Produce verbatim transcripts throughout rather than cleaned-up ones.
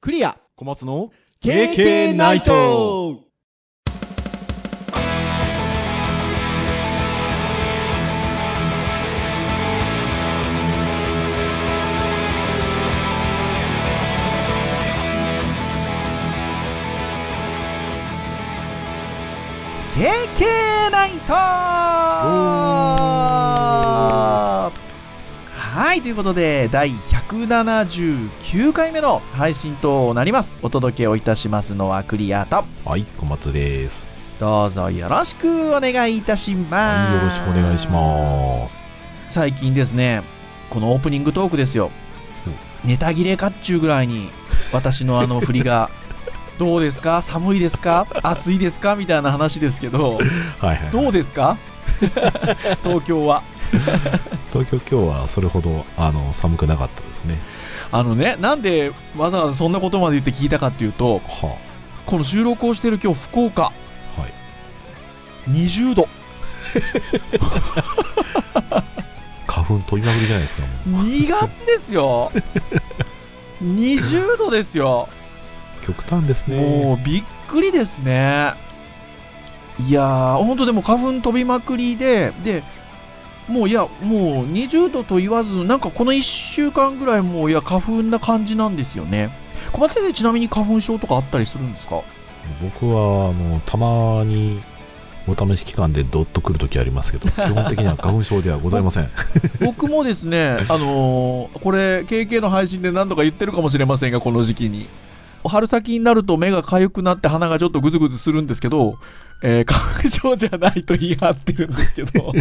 クリア小松のケーケー ナイト。 ケーケー ナイト。はい、ということでだいひゃくななじゅうきゅうかいめの配信となります。お届けをいたしますのはクリアと、 はい、小松です。 どうぞよろしくお願いいたします。 はい、よろしくお願いします。 最近ですね、このオープニングトークですよ、ネタ切れかっちゅうぐらいに私のあの振りがどうですか、寒いですか、暑いですかみたいな話ですけど、はいはい、はい、どうですか東京は東京今日はそれほどあの寒くなかったですね。 あのね、なんでわざわざそんなことまで言って聞いたかっていうと、はあ、この収録をしている今日福岡、はい、にじゅうど花粉飛びまくりじゃないですか。もうにがつですよにじゅうどですよ。 極端ですね。 もうびっくりですね。いやー、本当でも花粉飛びまくりで、でもういやもうにじゅうどと言わず、なんかこのいっしゅうかんぐらいもういや花粉な感じなんですよね。小松先生、ちなみに花粉症とかあったりするんですか？ 僕はあのたまにお試し期間でドッと来るときありますけど、基本的には花粉症ではございません僕もですね、あのー、これ ケーケー の配信で何度か言ってるかもしれませんが、この時期に春先になると目が痒くなって鼻がちょっとグズグズするんですけど、えー、花粉症じゃないと言い張ってるんですけど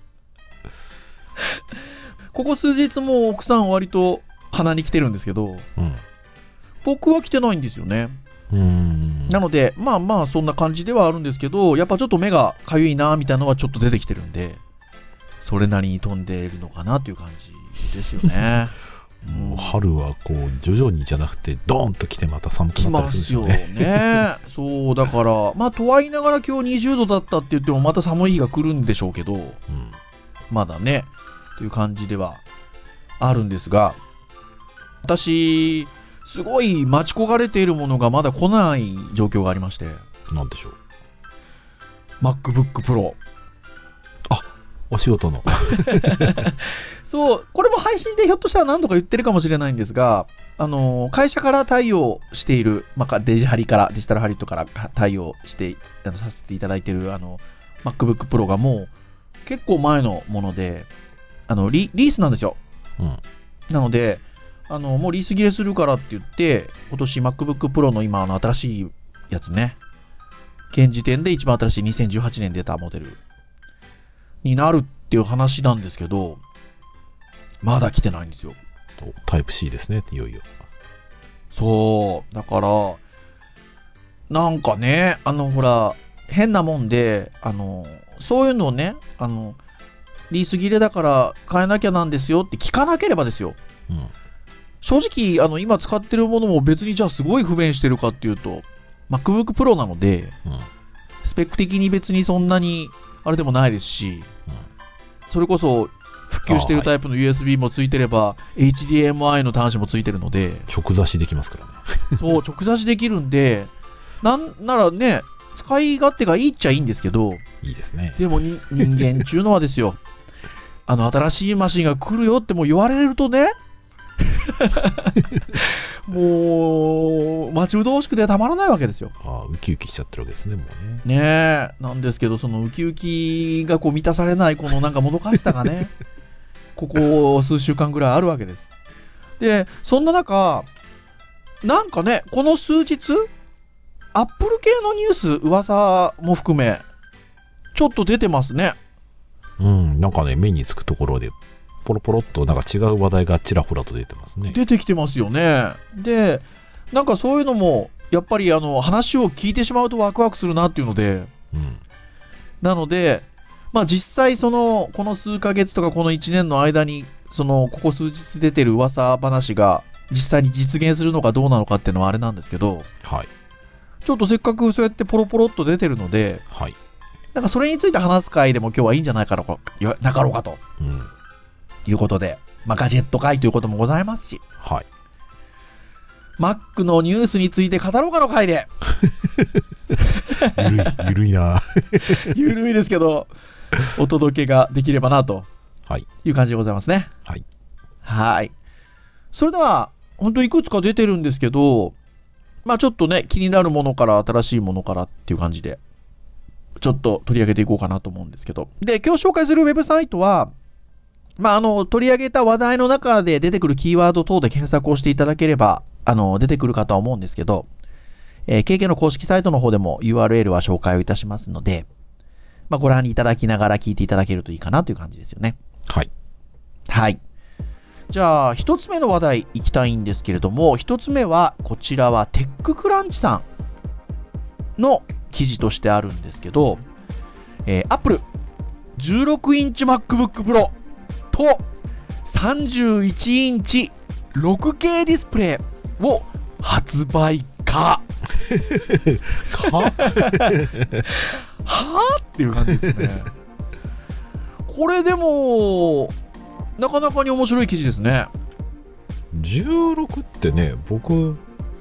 ここ数日も奥さん割と鼻に来てるんですけど、うん、僕は来てないんですよね。うーん、なのでまあまあそんな感じではあるんですけど、やっぱちょっと目がかゆいなみたいなのはちょっと出てきてるんで、それなりに飛んでいるのかなという感じですよねもう春はこう徐々にじゃなくてドーンと来てまた寒くなったりするんですよね。 来ますよねそうだからまあとは言いながら今日にじゅうどだったって言ってもまた寒い日が来るんでしょうけど、うん、まだねという感じではあるんですが、私すごい待ち焦がれているものがまだ来ない状況がありまして。 なんでしょう。 MacBook Pro。 あ、お仕事のそう、これも配信でひょっとしたら何度か言ってるかもしれないんですが、あの会社から対応している、まあ、デジハリからデジタルハリットから対応してあのさせていただいているあの MacBook Pro がもう結構前のもので、あの リ, リースなんですよ、うん、なのであのもうリース切れするからって言って今年 MacBook Pro の今の新しいやつね、現時点で一番新しいにせんじゅうはちねん出たモデルになるっていう話なんですけど、まだ来てないんですよ。 タイプ C ですね、いよいよ。 そうだからなんかね、あのほら変なもんで、あのそういうのをね、あのリース切れだから変えなきゃなんですよって聞かなければですよ、うん、正直あの今使ってるものも別にじゃあすごい不便してるかっていうと MacBook Pro なので、うん、スペック的に別にそんなにあれでもないですし、うん、それこそ普及してるタイプの ユーエスビー もついてれば、はい、エイチディーエムアイ の端子もついてるので直差しできますからねそう直差しできるんで、なんならね使い勝手がいいっちゃいいんですけど、 いいですね。 でもに人間っちゅうのはですよあの新しいマシンが来るよってもう言われるとねもう待ち遠しくてたまらないわけですよ。 ああ、ウキウキしちゃってるわけですね、もうね。ねえ、なんですけどそのウキウキがこう満たされないこのなんかもどかしさがねここ数週間ぐらいあるわけです。でそんな中なんかね、この数日アップル系のニュース噂も含めちょっと出てますね。 うん、なんかね目につくところでポロポロっとなんか違う話題がちらほらと出てますね。 出てきてますよね。でなんかそういうのもやっぱりあの話を聞いてしまうとワクワクするなっていうので、うん、なのでまあ実際そのこの数ヶ月とかこのいちねんの間にそのここ数日出てる噂話が実際に実現するのかどうなのかっていうのはあれなんですけど、はい、ちょっとせっかくそうやってポロポロっと出てるので、はい、なんかそれについて話す回でも今日はいいんじゃないかろうか、なかろうかと、うん、いうことで、まあ、ガジェット回ということもございますし、はい、 Mac のニュースについて語ろうかの回でゆるい、ゆるいなゆるいですけどお届けができればなとはいいう感じでございますね。 はいはい。それでは本当いくつか出てるんですけど、まあちょっとね気になるものから新しいものからっていう感じでちょっと取り上げていこうかなと思うんですけど、で今日紹介するウェブサイトはまああの取り上げた話題の中で出てくるキーワード等で検索をしていただければあの出てくるかとは思うんですけど、えー、ケーケー の公式サイトの方でも ユーアールエル は紹介をいたしますので、まあ、ご覧いただきながら聞いていただけるといいかなという感じですよね。 はいはい。じゃあ一つ目の話題いきたいんですけれども、一つ目はこちらはテッククランチさんの記事としてあるんですけど、えー、Apple じゅうろくインチ MacBook Pro とさんじゅういちインチ ろくケー ディスプレイを発売かかはぁっていう感じですね。これでもなかなかに面白い記事ですね。 じゅうろくってね、僕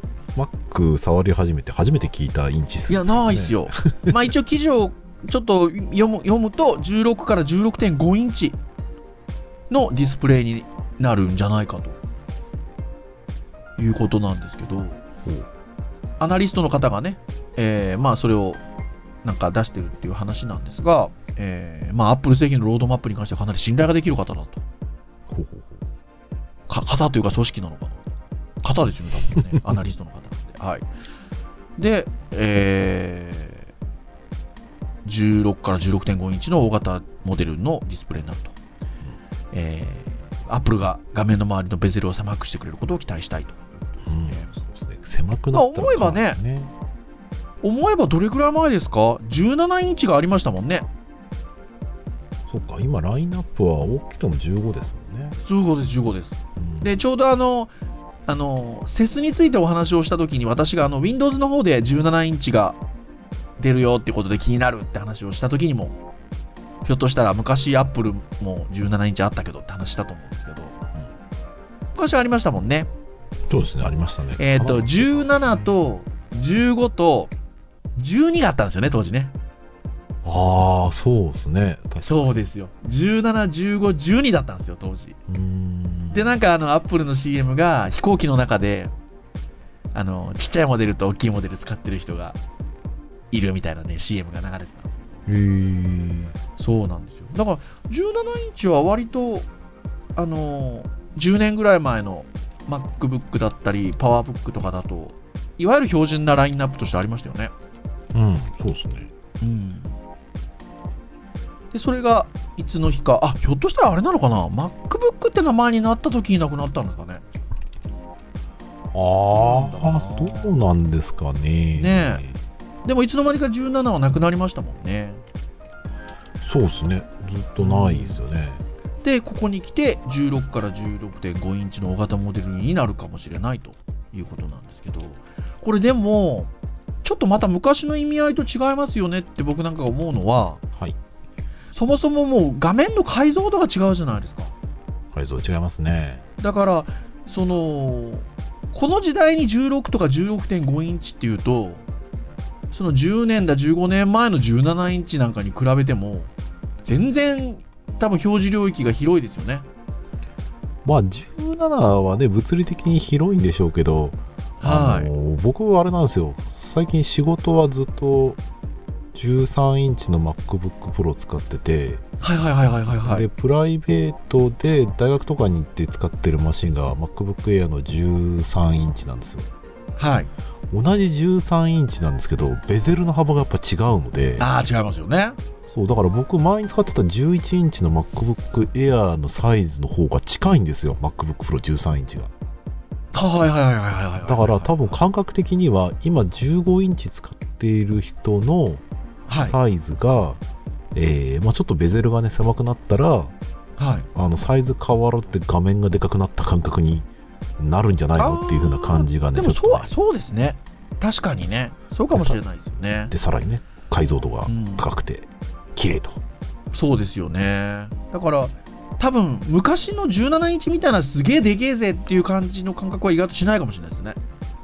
Mac 触り始めて初めて聞いたインチ数いやですよね。 ないっすよ。まあ一応記事をちょっと読む、読むとじゅうろくから じゅうろくてんご インチのディスプレイになるんじゃないかということなんですけど、アナリストの方がね、えー、まあそれをなんか出してるっていう話なんですが、えー、まあアップル製品のロードマップに関してはかなり信頼ができる方だと。 ほうほうほうか方というか組織なのかな。方ですよね、多分ね。アナリストの方なんで。はい。で、えー、じゅうろくから じゅうろくてんご インチの大型モデルのディスプレイになると。うん、えー、アップルが画面の周りのベゼルを狭くしてくれることを期待したいと。 うん、そうですね。狭くなったら、 まあ、思えばね、思えばどれくらい前ですか ?じゅうなな インチがありましたもんね。 そうか、今ラインナップは大きくてもじゅうごですもんね。 じゅうごです、じゅうごです。うん、で、ちょうどあの、あの、セスについてお話をしたときに、私があの Windows の方でじゅうななインチが出るよってことで気になるって話をしたときにも、ひょっとしたら昔 Apple もじゅうななインチあったけどって話したと思うんですけど、うん、昔はありましたもんね。 そうですね、ありましたね。 えっと、じゅうななとじゅうごとじゅうにがあったんですよね、当時ね。 ああ、そうですね。確かにそうですよ。じゅうなな、じゅうご、じゅうにだったんですよ、当時。 うーんで、なんかあの、アップルの シーエム が飛行機の中で、あの、ちっちゃいモデルと大きいモデル使ってる人がいるみたいなね、シーエム が流れてたんですよ。 へー。 そうなんですよ。だから、じゅうななインチは割と、あの、じゅうねんぐらい前の MacBook だったり、PowerBook とかだと、いわゆる標準なラインナップとしてありましたよね。 うん、そうですね。 うん。で、それがいつの日か、あ、ひょっとしたらあれなのかな、MacBook って名前になった時になくなったんですかね。 ああ、どうなんですかね。 ねえ。でもいつの間にかじゅうななはなくなりましたもんね。 そうですね。ずっとないですよね。 で、ここに来てじゅうろくから じゅうろくてんご インチの大型モデルになるかもしれないということなんですけど、これでもちょっとまた昔の意味合いと違いますよねって僕なんか思うのは、 はい、 そもそももう画面の解像度が違うじゃないですか。 解像違いますね。 だからそのこの時代にじゅうろくとか じゅうろくてんご インチっていうと、そのじゅうねんだじゅうごねんまえのじゅうななインチなんかに比べても全然多分表示領域が広いですよね。 まあじゅうななはね物理的に広いんでしょうけど、 はい、 あの僕はあれなんですよ。最近仕事はずっとじゅうさんインチの MacBook Pro 使ってて、 はいはいはいはいはいはい。 でプライベートで大学とかに行って使ってるマシンが MacBook Air のじゅうさんインチなんですよ。はい。同じじゅうさんインチなんですけど、ベゼルの幅がやっぱ違うので。 ああ、違いますよね。 そうだから僕前に使ってたじゅういちインチの MacBook Air のサイズの方が近いんですよ。 MacBook Pro じゅうさんインチが。 はいはいはいはいはい。 だから多分感覚的には今じゅうごインチ使っている人のサイズが、はい、えーまあ、ちょっとベゼルがね狭くなったら、はい、あのサイズ変わらずで画面がでかくなった感覚になるんじゃないのっていう風な感じがね。 でもそう、 ね、 そうですね。確かにね、そうかもしれないですよね。 でさらにね解像度が高くて綺麗と、 うん、そうですよね。だから多分昔のじゅうななインチみたいなすげえでけえぜっていう感じの感覚は意外としないかもしれないですね。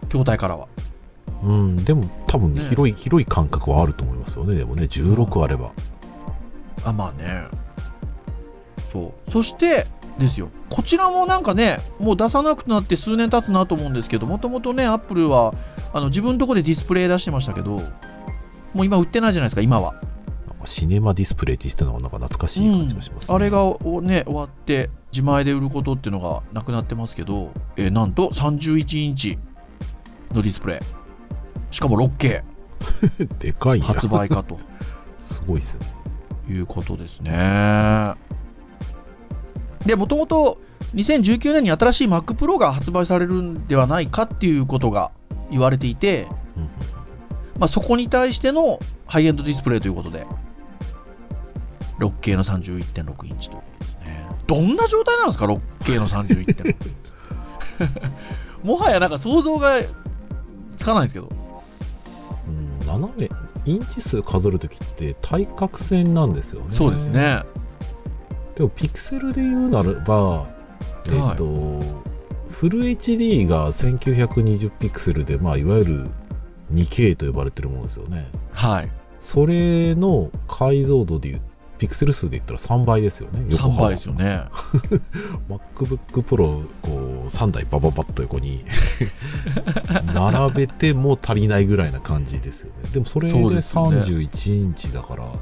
筐体からは。 うん、でも多分、ね、広い広い感覚はあると思いますよね。でもね、じゅうろくあれば。 あ、まあね。そう。そしてですよ、こちらもなんかね、もう出さなくなって数年経つなと思うんですけど、もともとね、アップルはあの自分のところでディスプレイ出してましたけど、もう今売ってないじゃないですか、今は。 なんかシネマディスプレイって言ってたのがなんか懐かしい感じがしますね。 うん、あれがね、終わって自前で売ることっていうのがなくなってますけど、えー、なんとさんじゅういちインチのディスプレイ、しかも ろくケーでかいな発売かとすごいですね、 いうことですね。で、もともとにせんじゅうきゅうねんに新しい Mac Pro が発売されるんではないかっていうことが言われていて、うん、まあ、そこに対してのハイエンドディスプレイということで ろくケー の さんじゅういってんろく インチということですね。どんな状態なんですか ろくケー の さんじゅういってんろく もはやなんか想像がつかないですけど、 うん、斜めインチ数数えるときって対角線なんですよね。 そうですね。 でもピクセルで言うならば、えーとはい、フル エイチディー がせんきゅうひゃくにじゅうピクセルで、まあ、いわゆる にケー と呼ばれてるものですよね。 はい。 それの解像度でいうピクセル数で言ったらさんばいですよね。 さんばいですよね。 MacBook Pro こうさんだいバババッと横に並べても足りないぐらいな感じですよね。でもそれでさんじゅういちインチだから、ね、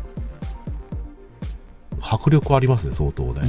迫力ありますね、相当ね。 ね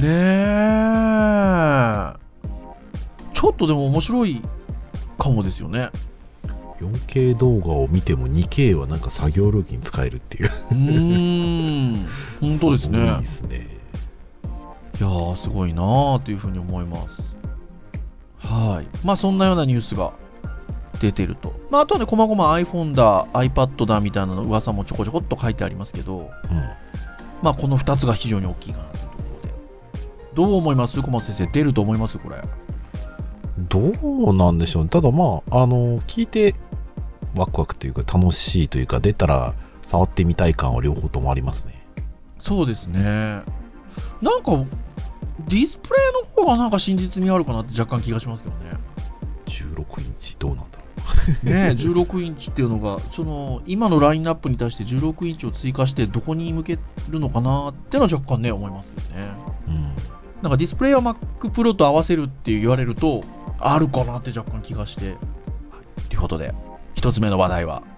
え。ちょっとでも面白いかもですよね。 よんケー 動画を見ても にケー はなんか作業ルーティン使えるっていう。 うーん、本当ですね。 すごいですね。 いやー、すごいなーというふうに思います。はい。まあそんなようなニュースが出てると。まああとはね、こまごま iPhone だ、iPad だみたいなの噂もちょこちょこっと書いてありますけど、うん、まあこのふたつが非常に大きいかなというところで。どう思います？小松先生、出ると思いますこれ？ どうなんでしょうね。ただまあ、あの、聞いてワクワクというか楽しいというか、出たら触ってみたい感は両方ともありますね。 そうですね。なんかディスプレイの方がなんか真実味あるかなって若干気がしますけどね。 じゅうろくインチどうなんだろうね。じゅうろくインチっていうのがその今のラインナップに対してじゅうろくインチを追加してどこに向けるのかなっていうのは若干ね思いますけどね。うん、なんかディスプレイは Mac Pro と合わせるって言われるとあるかなって若干気がして、はい、ということで一つ目の話題は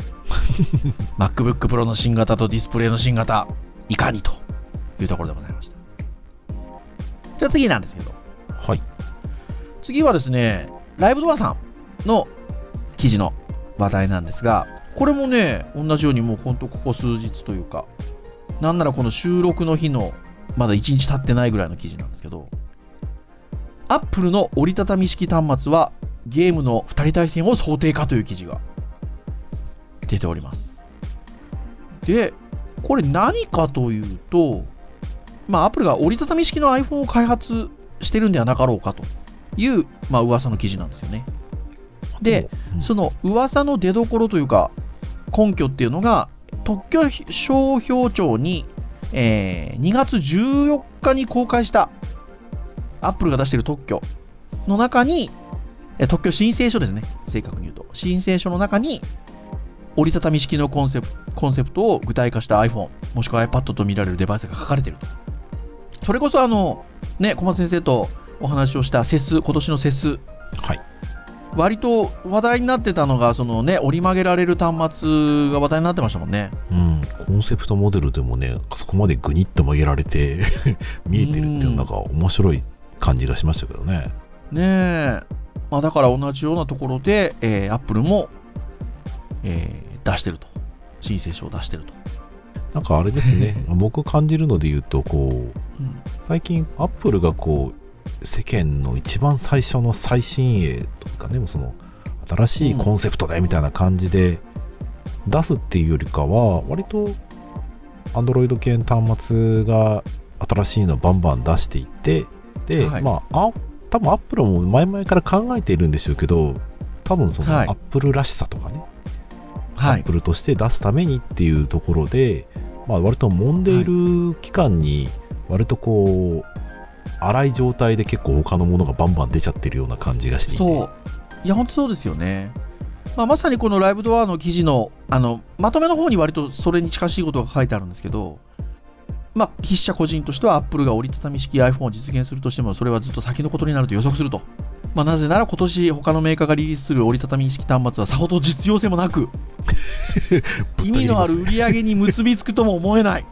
MacBook Pro の新型とディスプレイの新型いかにというところでございました。じゃあ次なんですけど、 はい、 次はですね、ライブドアさんの記事の話題なんですが、これもね同じようにもうほんとここ数日というか、なんならこの収録の日のまだいちにち経ってないぐらいの記事なんですけど、Apple の折りたたみ式端末はゲームのふたり対戦を想定かという記事が出ております。で、これ何かというと、まあ Apple が折りたたみ式の iPhone を開発してるんではなかろうかという、まあ噂の記事なんですよね。で、うん、その噂の出所というか根拠っていうのが特許商標庁に、えー、にがつじゅうよっかに公開したアップルが出している特許の中に、特許申請書ですね、正確に言うと申請書の中に折りたたみ式のコンセプト、コンセプトを具体化した iPhone もしくは iPad と見られるデバイスが書かれていると。それこそあのね、小松先生とお話をしたセス、今年のセス、はい、割と話題になってたのがそのね、折り曲げられる端末が話題になってましたもんね。 うん、コンセプトモデルでもね、そこまでグニッと曲げられて見えてるっていうのが面白い感じがしましたけどね。 ねえ、まあ、だから同じようなところで、えー、Apple も、えー、出してると、申請書を出してると。 なんかあれですね僕感じるので言うとこう、うん、最近 Apple がこう世間の一番最初の最新鋭とかね、その新しいコンセプトだみたいな感じで出すっていうよりかは、割と Android 系の端末が新しいのをバンバン出していって、で、はい、まあ、あ多分 Apple も前々から考えているんでしょうけど、多分その、はい、Apple らしさとかね、はい、Apple として出すためにっていうところで、まあ、割と揉んでいる期間に割とこう荒い状態で結構他のものがバンバン出ちゃってるような感じがしていて、 そう、いや本当そうですよね。 まあ、まさにこのライブドアの記事の、あのまとめの方に割とそれに近しいことが書いてあるんですけど、まあ、筆者個人としては Apple が折りたたみ式 iPhone を実現するとしてもそれはずっと先のことになると予測すると、まあ、なぜなら今年他のメーカーがリリースする折りたたみ式端末はさほど実用性もなく意味のある売り上げに結びつくとも思えない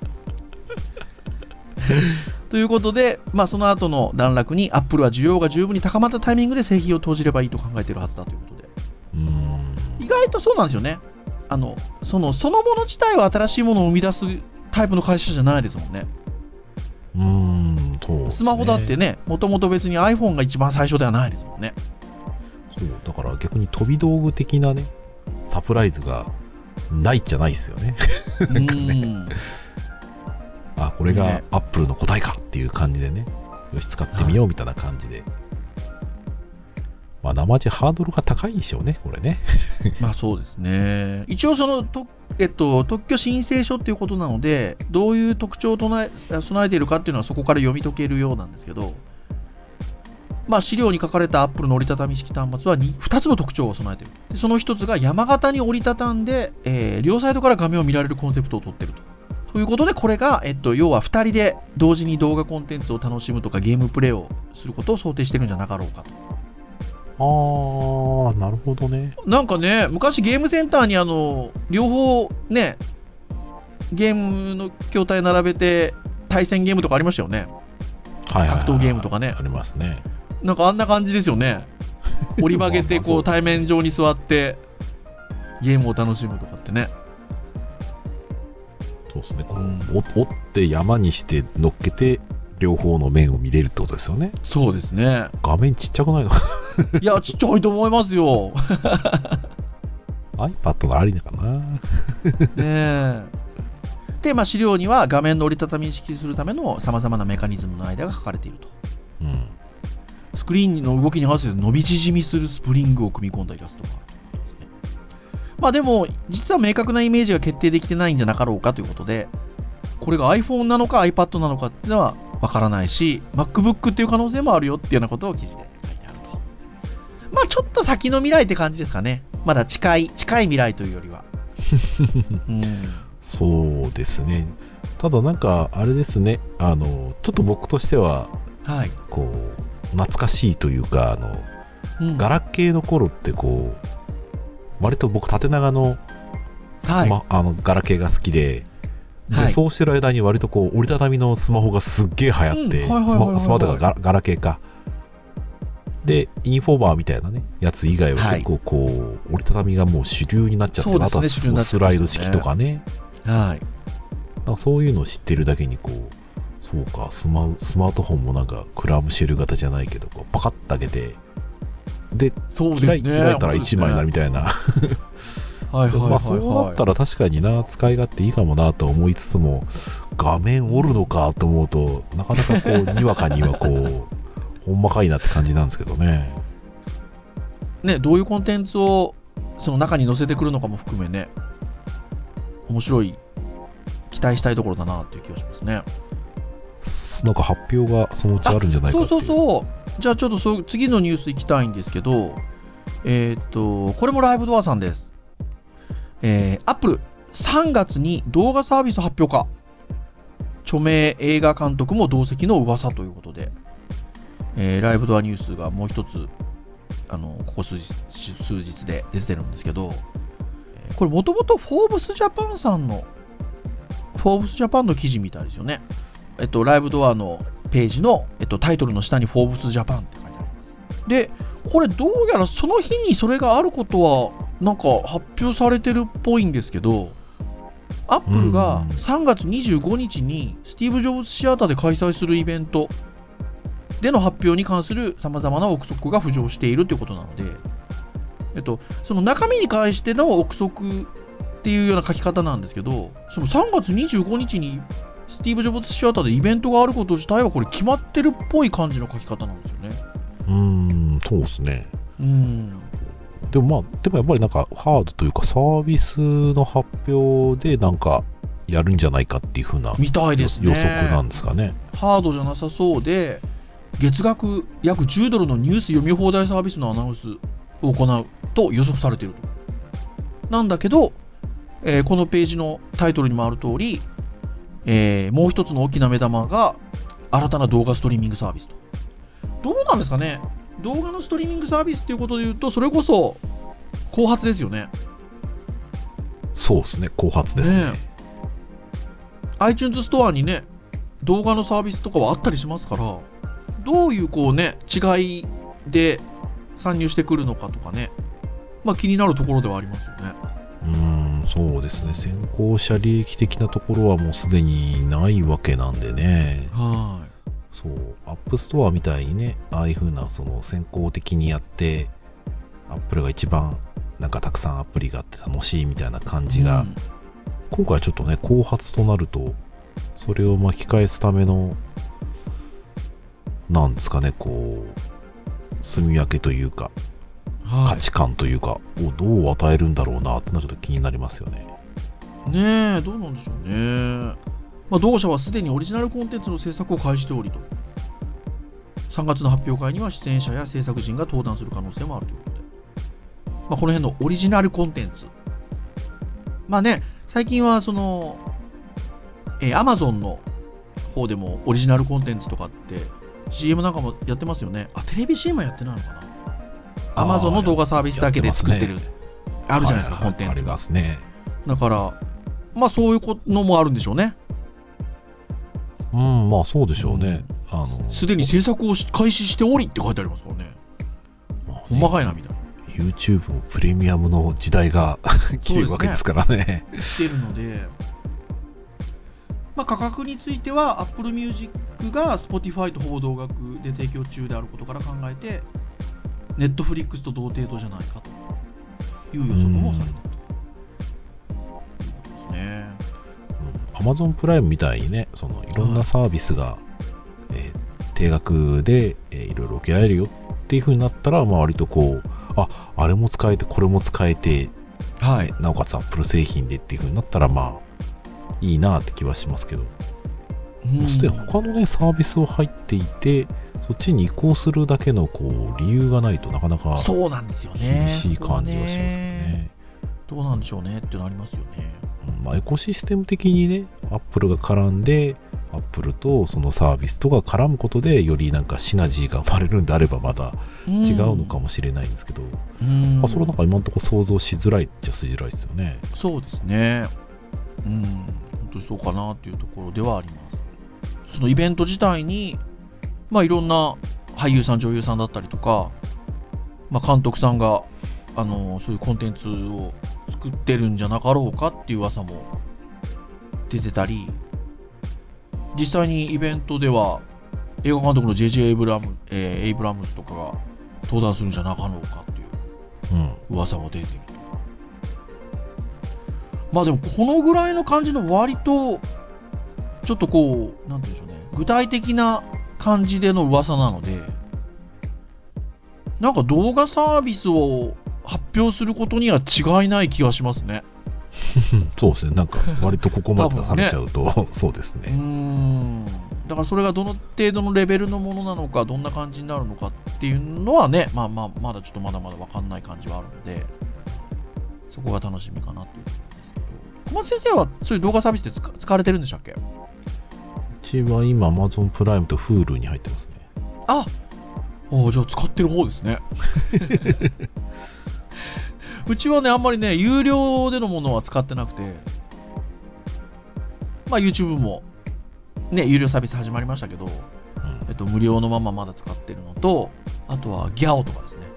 ということで、まあ、その後の段落に Apple は需要が十分に高まったタイミングで製品を投じればいいと考えているはずだということで、 うーん意外とそうなんですよね。あのそのそのもの自体は新しいものを生み出すタイプの会社じゃないですもんね。 うーんそうですね。 スマホだってね、もともと別に iPhone が一番最初ではないですもんね。 そうだから逆に飛び道具的なねサプライズがないじゃないですよね。なんかね、うんあこれがアップルの答えかっていう感じでね、よし使ってみようみたいな感じで、はい、まあ生地ハードルが高いんでしょうねこれね。 まあそうですね。一応そのと、えっと、特許申請書っていうことなので、どういう特徴を備え備えているかっていうのはそこから読み解けるようなんですけど、まあ、資料に書かれたアップルの折りたたみ式端末は 2, 2つの特徴を備えている。でそのひとつが山形に折りたたんで、えー、両サイドから画面を見られるコンセプトを取っていると。ということでこれが、えっと、要はふたりで同時に動画コンテンツを楽しむとかゲームプレイをすることを想定してるんじゃなかろうかと。 あーなるほどね。 なんかね、昔ゲームセンターにあの両方ねゲームの筐体並べて対戦ゲームとかありましたよね。 はいはいはいはい、 格闘ゲームとかねありますね。 なんかあんな感じですよね。折り曲げてこう対面上に座ってゲームを楽しむとかってね。 そうですね。こう折って山にして乗っけて両方の面を見れるってことですよね。 そうですね。 画面ちっちゃくないの？ いやちっちゃいと思いますよ。 iPad がありなのかな。ねえ。で、まあ、資料には画面の折りたたみ式するためのさまざまなメカニズムの間が書かれていると。 うん。 スクリーンの動きに合わせて伸び縮みするスプリングを組み込んだイラストがあるということですね。まあでも実は明確なイメージが決定できてないんじゃなかろうかということで、これが iPhone なのか iPad なのかっていうのはわからないし、 MacBook っていう可能性もあるよっていうようなことを記事で書いてあると。まあちょっと先の未来って感じですかね。まだ近い近い未来というよりは。うん、 そうですね。ただなんかあれですね、あのちょっと僕としては、はい、こう懐かしいというか、あの、うん、ガラケーの頃ってこう割と僕縦長のスマ、はい、あのガラケーが好きで、で、はい、そうしてる間に割とこう折りたたみのスマホがすっげえ流行って、スマホとか ガ, ガラケーかでインフォバーみたいなねやつ以外は結構こう、はい、折りたたみがもう主流になっちゃって、ね、あとはスライド式とかね、はい、なんかそういうのを知ってるだけにこう、そうか、スマ、スマートフォンもなんかクラムシェル型じゃないけどこうパカッと開けてでそうです、ね、開いたらいちまいになるみたいな。はいはいはいはい、まあそうなったら確かにな、使い勝手いいかもなと思いつつも、画面折るのかと思うとなかなかこうにわかにはこうほんまかいなって感じなんですけどね。 ね、どういうコンテンツをその中に載せてくるのかも含めね、面白い、期待したいところだなっていう気がしますね。 なんか発表がそのうちあるんじゃないかっていう。 そうそうそう。じゃあちょっとそう次のニュース行きたいんですけど、えー、っとこれもライブドアさんです。えー、Apple さんがつに動画サービス発表か、著名映画監督も同席の噂ということで、えー、ライブドアニュースがもう一つあのここ数日、数日で出てるんですけど、これもともとフォーブスジャパンさんのフォーブスジャパンの記事みたいですよね。えっとライブドアのページの、えっと、タイトルの下にフォーブスジャパンって書いてあります。でこれどうやらその日にそれがあることはなんか発表されてるっぽいんですけど、アップルがさんがつにじゅうごにちにスティーブ・ジョブズシアターで開催するイベントでの発表に関するさまざまな憶測が浮上しているということなので、えっと、その中身に関しての憶測っていうような書き方なんですけど、そのさんがつにじゅうごにちにスティーブ・ジョブズシアターでイベントがあること自体はこれ決まってるっぽい感じの書き方なんですよね。 うーん、そうですね。 うーん、 でもまあでもやっぱりなんかハードというかサービスの発表でなんかやるんじゃないかっていう風なみたいですね。 予測なんですかね。 ハードじゃなさそうで、月額約じゅうドルのニュース読み放題サービスのアナウンスを行うと予測されていると。 なんだけど、えー、このページのタイトルにもある通り、えー、もう一つの大きな目玉が新たな動画ストリーミングサービスと。どうなんですかね。動画のストリーミングサービスということでいうと、それこそ後発ですよね。 そうですね、後発ですね。ね iTunes ストアにね、動画のサービスとかはあったりしますから、どういうこうね、違いで参入してくるのかとかね、まあ気になるところではありますよね。 うーん、そうですね。先行者利益的なところはもうすでにないわけなんでね。 はい。 そう、アップストアみたいにね、ああいう風なその先行的にやって、アップルが一番なんかたくさんアプリがあって楽しいみたいな感じが、うん、今回ちょっとね、後発となると、それを巻き返すための、なんですかね、こう、住み分けというか、はい、価値観というか、をどう与えるんだろうなってのはちょっと気になりますよね。 ねえ、どうなんでしょうね。まあ、同社はすでにオリジナルコンテンツの制作を開始しておりと、さんがつの発表会には出演者や制作陣が登壇する可能性もあるということで、まあ、この辺のオリジナルコンテンツ、まあね、最近はその、えー、Amazon の方でもオリジナルコンテンツとかって シーエム なんかもやってますよね。あ、テレビ シーエム はやってないのかな。Amazon の動画サービスだけで作ってる、ね、あるじゃないですか、はいはいはい、コンテンツが。ありますね。だから、まあそういうのもあるんでしょうね。 うん、まあそうでしょうね。 すでに制作を開始しておりって書いてありますからね。まあ、ね、細かいなみたいな。 YouTube もプレミアムの時代が来てるわけですからね。 来てるので、まあ、価格については Apple Music が Spotify とほぼ同額で提供中であることから考えて、Netflix と同程度じゃないかという予測もされたということですね。 Amazon プライムみたいにね、そのいろんなサービスが、えー、定額で、えー、いろいろ受けられるよっていう風になったら、まあ、割とこう、あ、あれも使えてこれも使えて、はい、なおかつ Apple 製品でっていう風になったら、まあいいなって気はしますけど、すでに他のねサービスを入っていて、そっちに移行するだけのこう理由がないとなかなかそうなんですよね。 厳しい感じはしますよね。 どうなんでしょうねっていうのありますよね。 うん、まあ、エコシステム的にね、Apple が絡んで、Apple とそのサービスとか絡むことでよりなんかシナジーが生まれるんであればまた違うのかもしれないんですけど、うん、まあ、それなんか今のところ想像しづらいっちゃしづらいですよね。 そうですね。うん、本当にそうかなっていうところではあります。そのイベント自体に、まあ、いろんな俳優さん女優さんだったりとか、まあ、監督さんがあのそういうコンテンツを作ってるんじゃなかろうかっていう噂も出てたり、実際にイベントでは映画監督の ジェイジェイ エイブラム、えー、エイブラムスとかが登壇するんじゃなかろうかっていう噂も出ている。まあでもこのぐらいの感じの割とちょっとこうなんていうんでしょうね、具体的な感じでの噂なので、なんか動画サービスを発表することには違いない気がしますね。 そうですね、なんか割とここまで出されちゃうと、ね、そうですね。うーん、だからそれがどの程度のレベルのものなのか、どんな感じになるのかっていうのはね、まあまあまだちょっとまだまだ分かんない感じはあるので、そこが楽しみかなというところですけど、小松先生はそういう動画サービスで 使, 使われてるんでしたっけ？うちは今 Amazon プライムと Hulu に入ってますね。 あ、あ、じゃあ使ってる方ですね。うちはね、あんまりね、有料でのものは使ってなくて、まあ YouTube もね、有料サービス始まりましたけど、うん、えっと、無料のまままだ使ってるのと、あとはギャオとかですね。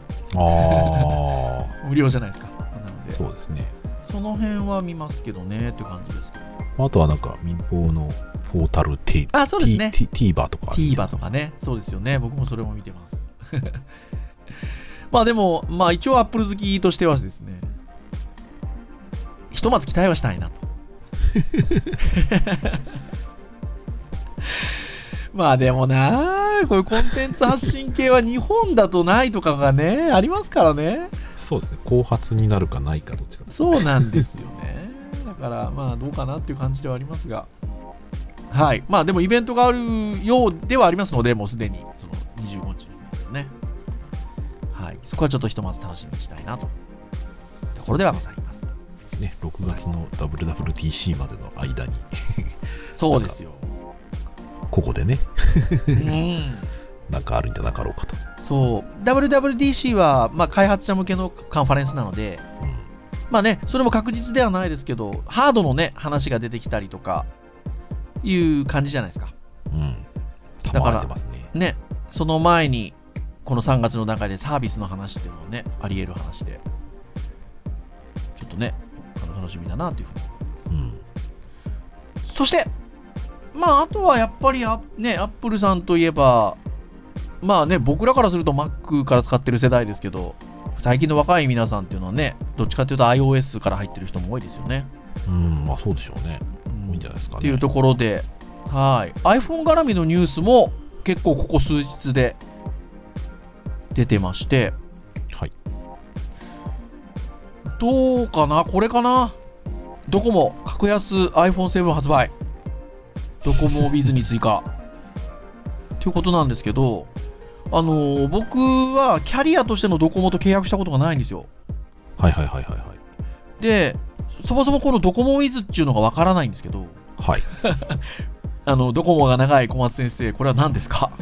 ああ。無料じゃないですか。なので、 そうですね。 その辺は見ますけどね、っていう感じですけど。 あとはなんか民放のポータル T、 あ、そうですね。 TVer とか。 TVer とかね。そうですよね。僕もそれも見てます。まあでも、まあ一応 Apple 好きとしてはですね、ひとまず期待はしたいなと。まあでもな、こういうコンテンツ発信系は日本だとないとかがね、ありますからね。 そうですね。後発になるかないかどっちか。 そうなんですよね。だからまあどうかなっていう感じではありますが。はい。まあでもイベントがあるようではありますので、もうすでにそのにじゅうごにちの日ですね。はい。そこはちょっとひとまず楽しみにしたいなというところではございます。 ね、ろくがつの ダブリューダブリューディーシー までの間にそうですよ、 ここでねうんなんかあるんじゃなかろうかと。 そう ダブリューダブリューディーシー は、まあ、開発者向けのカンファレンスなので、うん、まあね、それも確実ではないですけど、ハードのね話が出てきたりとかいう感じじゃないですか。 うん、 だからね、その前にこのさんがつの段階でサービスの話っていうのもね、あり得る話で、ちょっとね、楽しみだなというふうに思います。うん、そして、まあ、あとはやっぱりあ、ね、アップルさんといえば、まあね、僕らからすると Mac から使ってる世代ですけど、最近の若い皆さんっていうのはね、どっちかというと iOS から入ってる人も多いですよね。 うん、まあそうでしょうね。多いんじゃないですかね。 っていうところで、はい、iPhone 絡みのニュースも結構ここ数日で出てまして、 はい、 どうかな、これかな、ドコモ格安 アイフォンセブン 発売、ドコモ Biz に追加ということなんですけど、あのー、僕はキャリアとしてのドコモと契約したことがないんですよ。 はいはいはいはいはい。 で、そもそもこのドコモ Biz っていうのがわからないんですけど、 はい。 あのドコモが長い小松先生、これは何ですか？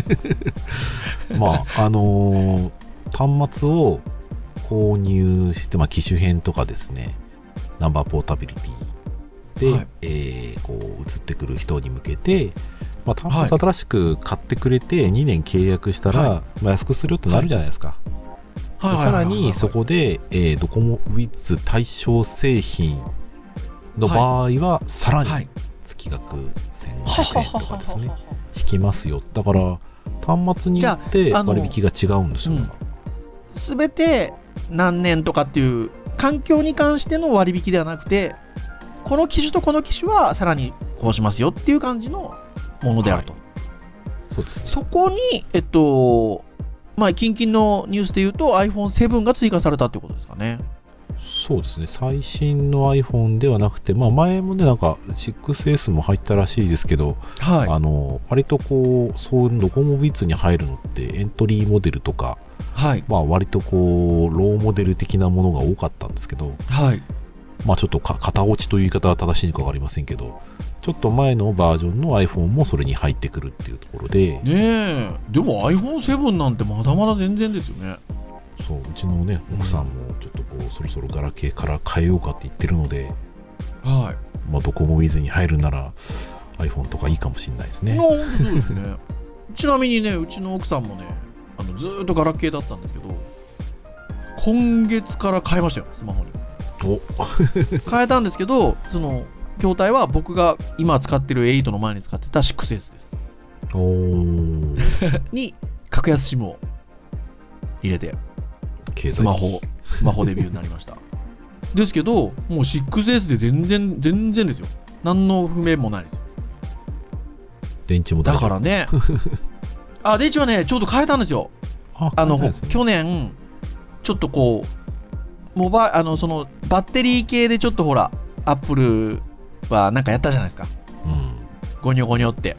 まああのー、端末を購入して、まあ、機種変とかですね、ナンバーポータビリティで、はい、えー、こう移ってくる人に向けて、まあ、端末新しく買ってくれてにねん契約したら、はい、まあ、安くするよとなるじゃないですか。はい、さらにそこで、えー、ドコモ With 対象製品の場合は、はい、さらに月額せんごひゃくえんとかですね、引きますよ。だから端末によって割引が違うんですよ。 すべ、うん、て何年とかっていう環境に関しての割引ではなくて、この機種とこの機種はさらにこうしますよっていう感じのものであると。はい、 そうですね。 そこに、えっと、まあ、近々のニュースで言うと アイフォンセブン が追加されたということですかね。 そうですね。最新の iPhone ではなくて、まあ、前もね、なんか シックスエス も入ったらしいですけど、はい、あの割とこう、そういうドコモ Biz に入るのってエントリーモデルとか、はい、まあ、割とこう、ローモデル的なものが多かったんですけど、はい、まあ、ちょっとか型落ちという言い方は正しいのか分かりませんけど、ちょっと前のバージョンの iPhone もそれに入ってくるっていうところで、 ねえ、でも アイフォンセブン なんてまだまだ全然ですよね。 そう、うちのね、奥さんもちょっとこう、うん、そろそろガラケーから変えようかって言ってるので、はい、まあ、ドコモ With に入るなら iPhone とかいいかもしれないですね。 そうですね。ちなみにね、うちの奥さんもね、あのずーっとガラケーだったんですけど、今月から変えましたよ、スマホに。お変えたんですけど、その筐体は僕が今使ってるエイトの前に使ってた シックスエス です。おに格安 SIM を入れてスマホスマホデビューになりました。ですけど、もう シックスエス で全然全然ですよ。何の不明もないですよ。 電池も大丈夫だからね。あ、電池はね、ちょうど変えたんですよ。あ, あの、ね、去年ちょっとこうモバあのそのバッテリー系でちょっとほらアップルはなんかやったじゃないですか。うん、ゴニョゴニョって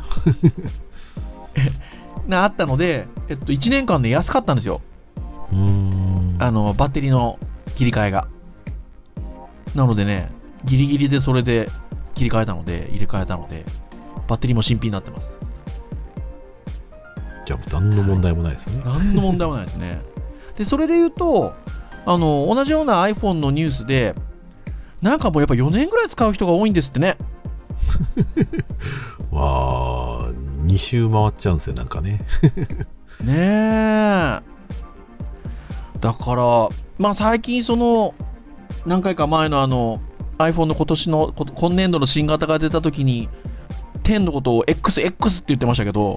なあったので、えっといちねんかんで安かったんですよ。うーん、あのバッテリーの切り替えが。なのでね、ギリギリでそれで切り替えたので入れ替えたのでバッテリーも新品になってます。 じゃあ何の問題もないですね。 何の問題もないですね。でそれで言うと、あの同じような iPhone のニュースで、なんかもうやっぱよねんぐらい使う人が多いんですってね。 わー、に周回っちゃうんですよ、なんかね。 ねえ。だからまあ最近その何回か前のあの iPhone の今年の今年度の新型が出た時にじゅうのことを エックスエックス って言ってましたけど。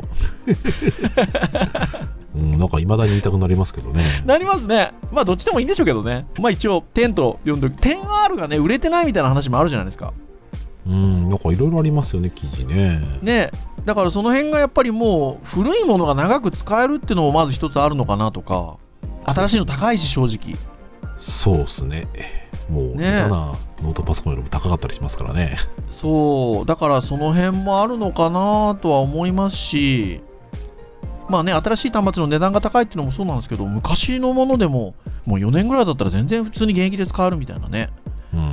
うん、なんか未だに言いたくなりますけどね。 なりますね。まあどっちでもいいんでしょうけどね。まあ一応じゅうと読んで じゅうアール がね売れてないみたいな話もあるじゃないですか。 うん、なんかいろいろありますよね、記事ね。 ね、だからその辺がやっぱりもう古いものが長く使えるっていうのもまず一つあるのかなとか、新しいの高いし正直。 そうですね。もうね、下手なノートパソコンよりも高かったりしますからね。 そうだからその辺もあるのかなとは思いますし、まあね、新しい端末の値段が高いっていうのもそうなんですけど、昔のものでももうよねんぐらいだったら全然普通に現役で使えるみたいなね、うん、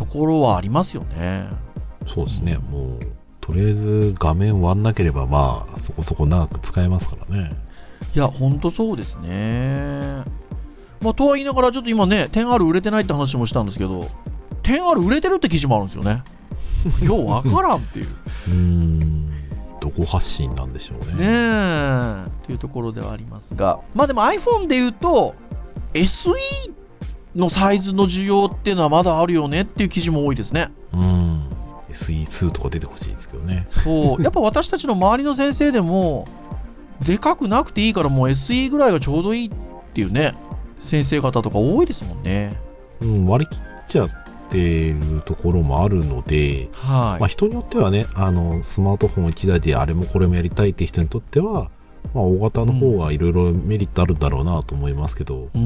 ころはありますよね。 そうですね、うん、もうとりあえず画面割んなければまあそこそこ長く使えますからね。 いやほんとそうですね。まあとは言いながらちょっと今ね テンアール 売れてないって話もしたんですけど テンアール 売れてるって記事もあるんですよね。ようわからんっていううーんどこ発信なんでしょうね。 ねえっていうところではありますが、まあでも iPhone でいうと エスイー のサイズの需要っていうのはまだあるよねっていう記事も多いですね。 うん エスイーツー とか出てほしいですけどね。 そうやっぱ私たちの周りの先生でもでかくなくていいからもう エスイー ぐらいがちょうどいいっていうね先生方とか多いですもんね。 うん割り切っちゃっているところもあるので、 はいまあ、人によってはねあのスマートフォンいちだいであれもこれもやりたいって人にとっては、まあ、大型の方がいろいろメリットあるんだろうなと思いますけど、 うん、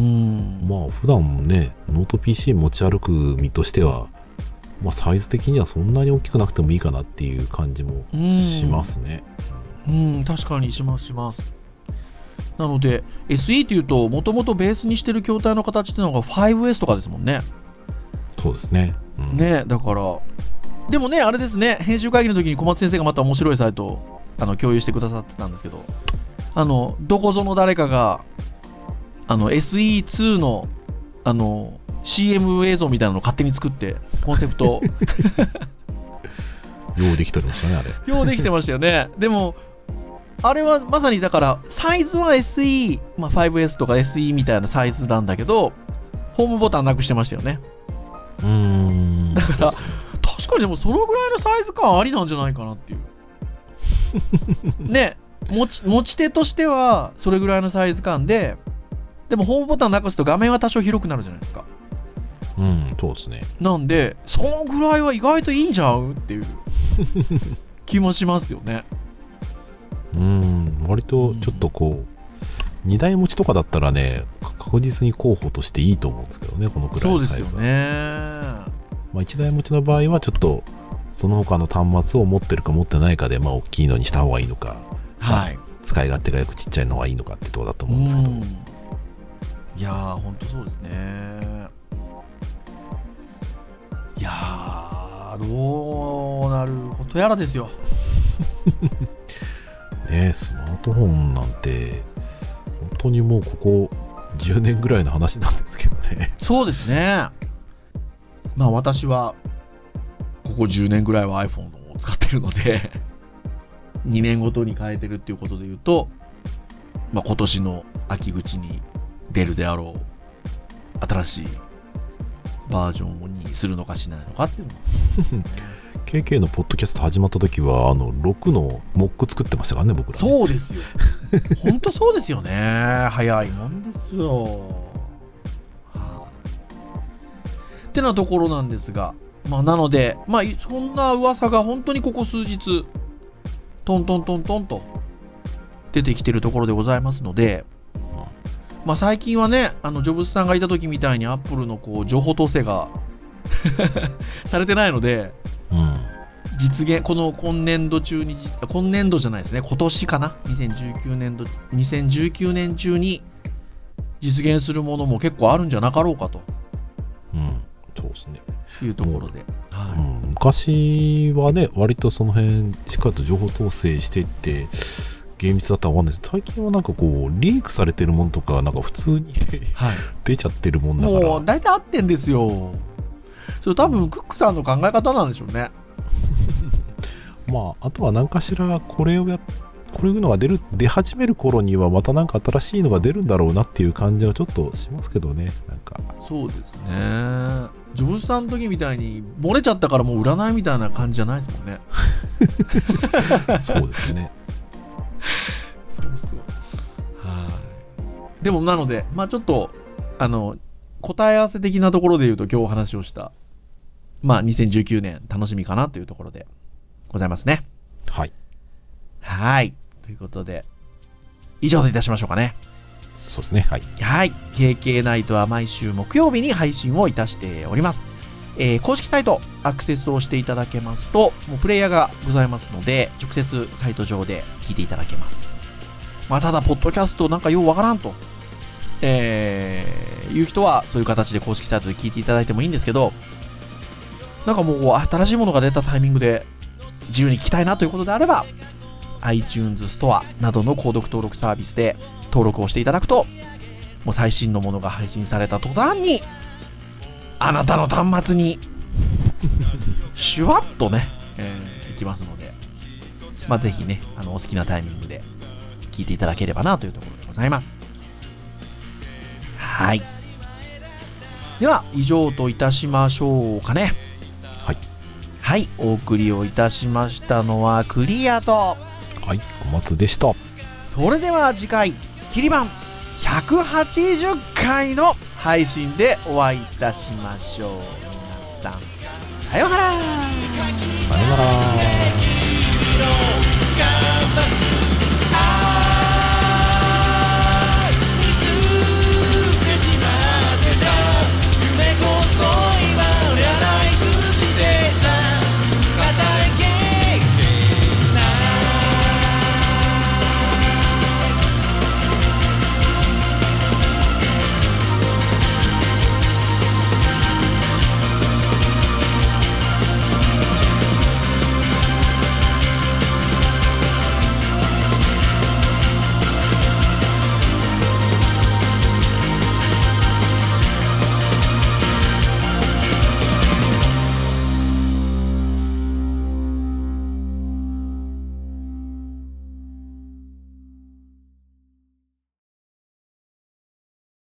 まあ普段ねノート ピーシー 持ち歩く身としては、まあ、サイズ的にはそんなに大きくなくてもいいかなっていう感じもしますね。 うん、うん、確かにしますします。なので エスイー というともともとベースにしてる筐体の形っていうのが ファイブエス とかですもんね。 そうですね、うん、 ねだからでもねあれですね編集会議の時に小松先生がまた面白いサイトをあの共有してくださってたんですけどあのどこぞの誰かがあの エスイーツー のあの シーエム 映像みたいなのを勝手に作ってコンセプトようできてましたねあれ。 ようできてましたよね。でもあれはまさにだからサイズは エスイー、まあ、ファイブエス とか エスイー みたいなサイズなんだけどホームボタンなくしてましたよね。 うーんだから確かにでもそのぐらいのサイズ感ありなんじゃないかなっていうね持ち持ち手としてはそれぐらいのサイズ感ででもホームボタンなくすと画面は多少広くなるじゃないですか。 うんそうですね。 なんでそのぐらいは意外といいんじゃうっていう気もしますよね。 うん割とちょっとこう、うん、にだい持ちとかだったらね確実に候補としていいと思うんですけどねこのくらいのサイズは。 そうですよね。 まあ、いちだい持ちの場合はちょっとその他の端末を持ってるか持ってないかで、まあ、大きいのにした方がいいのか、はい、まあ、使い勝手がよくちっちゃいのがいいのかっていうところだと思うんですけど、うん、 いやーほんとそうですね。いやーどうなることやらですよね、スマートフォンなんて本当にもうここじゅうねんぐらいの話なんですけどね。 そうですね。まあ私はここじゅうねんぐらいは iPhone を使ってるのでにねんごとに変えてるっていうことで言うと、まあ、今年の秋口に出るであろう新しいバージョンにするのかしないのかっていうのケーケー のポッドキャスト始まった時はあのろくのモック作ってましたからね僕らね。 そうですよ本当そうですよね。早いもんですよ、はあ、ってなところなんですが、まあなのでまあそんな噂が本当にここ数日トントントントンと出てきてるところでございますので、まあ最近はねあのジョブズさんがいた時みたいにアップルのこう情報統制がされてないので、うん、実現この今年度中に今年度じゃないですね今年かなにせんじゅうきゅうねん度にせんじゅうきゅうねん中に実現するものも結構あるんじゃなかろうかと、 うん、そうですねいうところで、うんはいうん、昔はね割とその辺しっかりと情報統制していって厳密だったらわかんないです。最近はなんかこうリークされてるものとかなんか普通に、はい、出ちゃってるもんだからもう大体合ってんですよ。それ多分クックさんの考え方なんでしょうねまああとは何かしらこれをやこういうのが出る出始める頃にはまたなんか新しいのが出るんだろうなっていう感じはちょっとしますけどね。なんかそうですね。ジョブズさんの時みたいに漏れちゃったからもう売らないみたいな感じじゃないですもんねそうですねそうそうはいでもなのでまあちょっとあの答え合わせ的なところで言うと今日お話をしたまあにせんじゅうきゅうねん楽しみかなというところでございますね。 はいはいということで以上といたしましょうかね。 そうですねはいはい ケーケー ナイトは毎週木曜日に配信をいたしております。えー、公式サイトアクセスをしていただけますともうプレイヤーがございますので直接サイト上で聞いていただけます。まあただポッドキャストなんかようわからんと、えー、いう人はそういう形で公式サイトで聞いていただいてもいいんですけどなんかもう新しいものが出たタイミングで自由に聞きたいなということであれば iTunes ストアなどの購読登録サービスで登録をしていただくと、もう最新のものが配信された途端にあなたの端末にシュワッとね、えー、いきますので、まあ、ぜひね、あのお好きなタイミングで聞いていただければなというところでございます。はい。では以上といたしましょうかね。 はい。 はい、お送りをいたしましたのはクリアと、はい、小松でした。 それでは次回キリバンひゃくはちじゅっかいの配信でお会いいたしましょう。皆さんさようなら。 さようなら。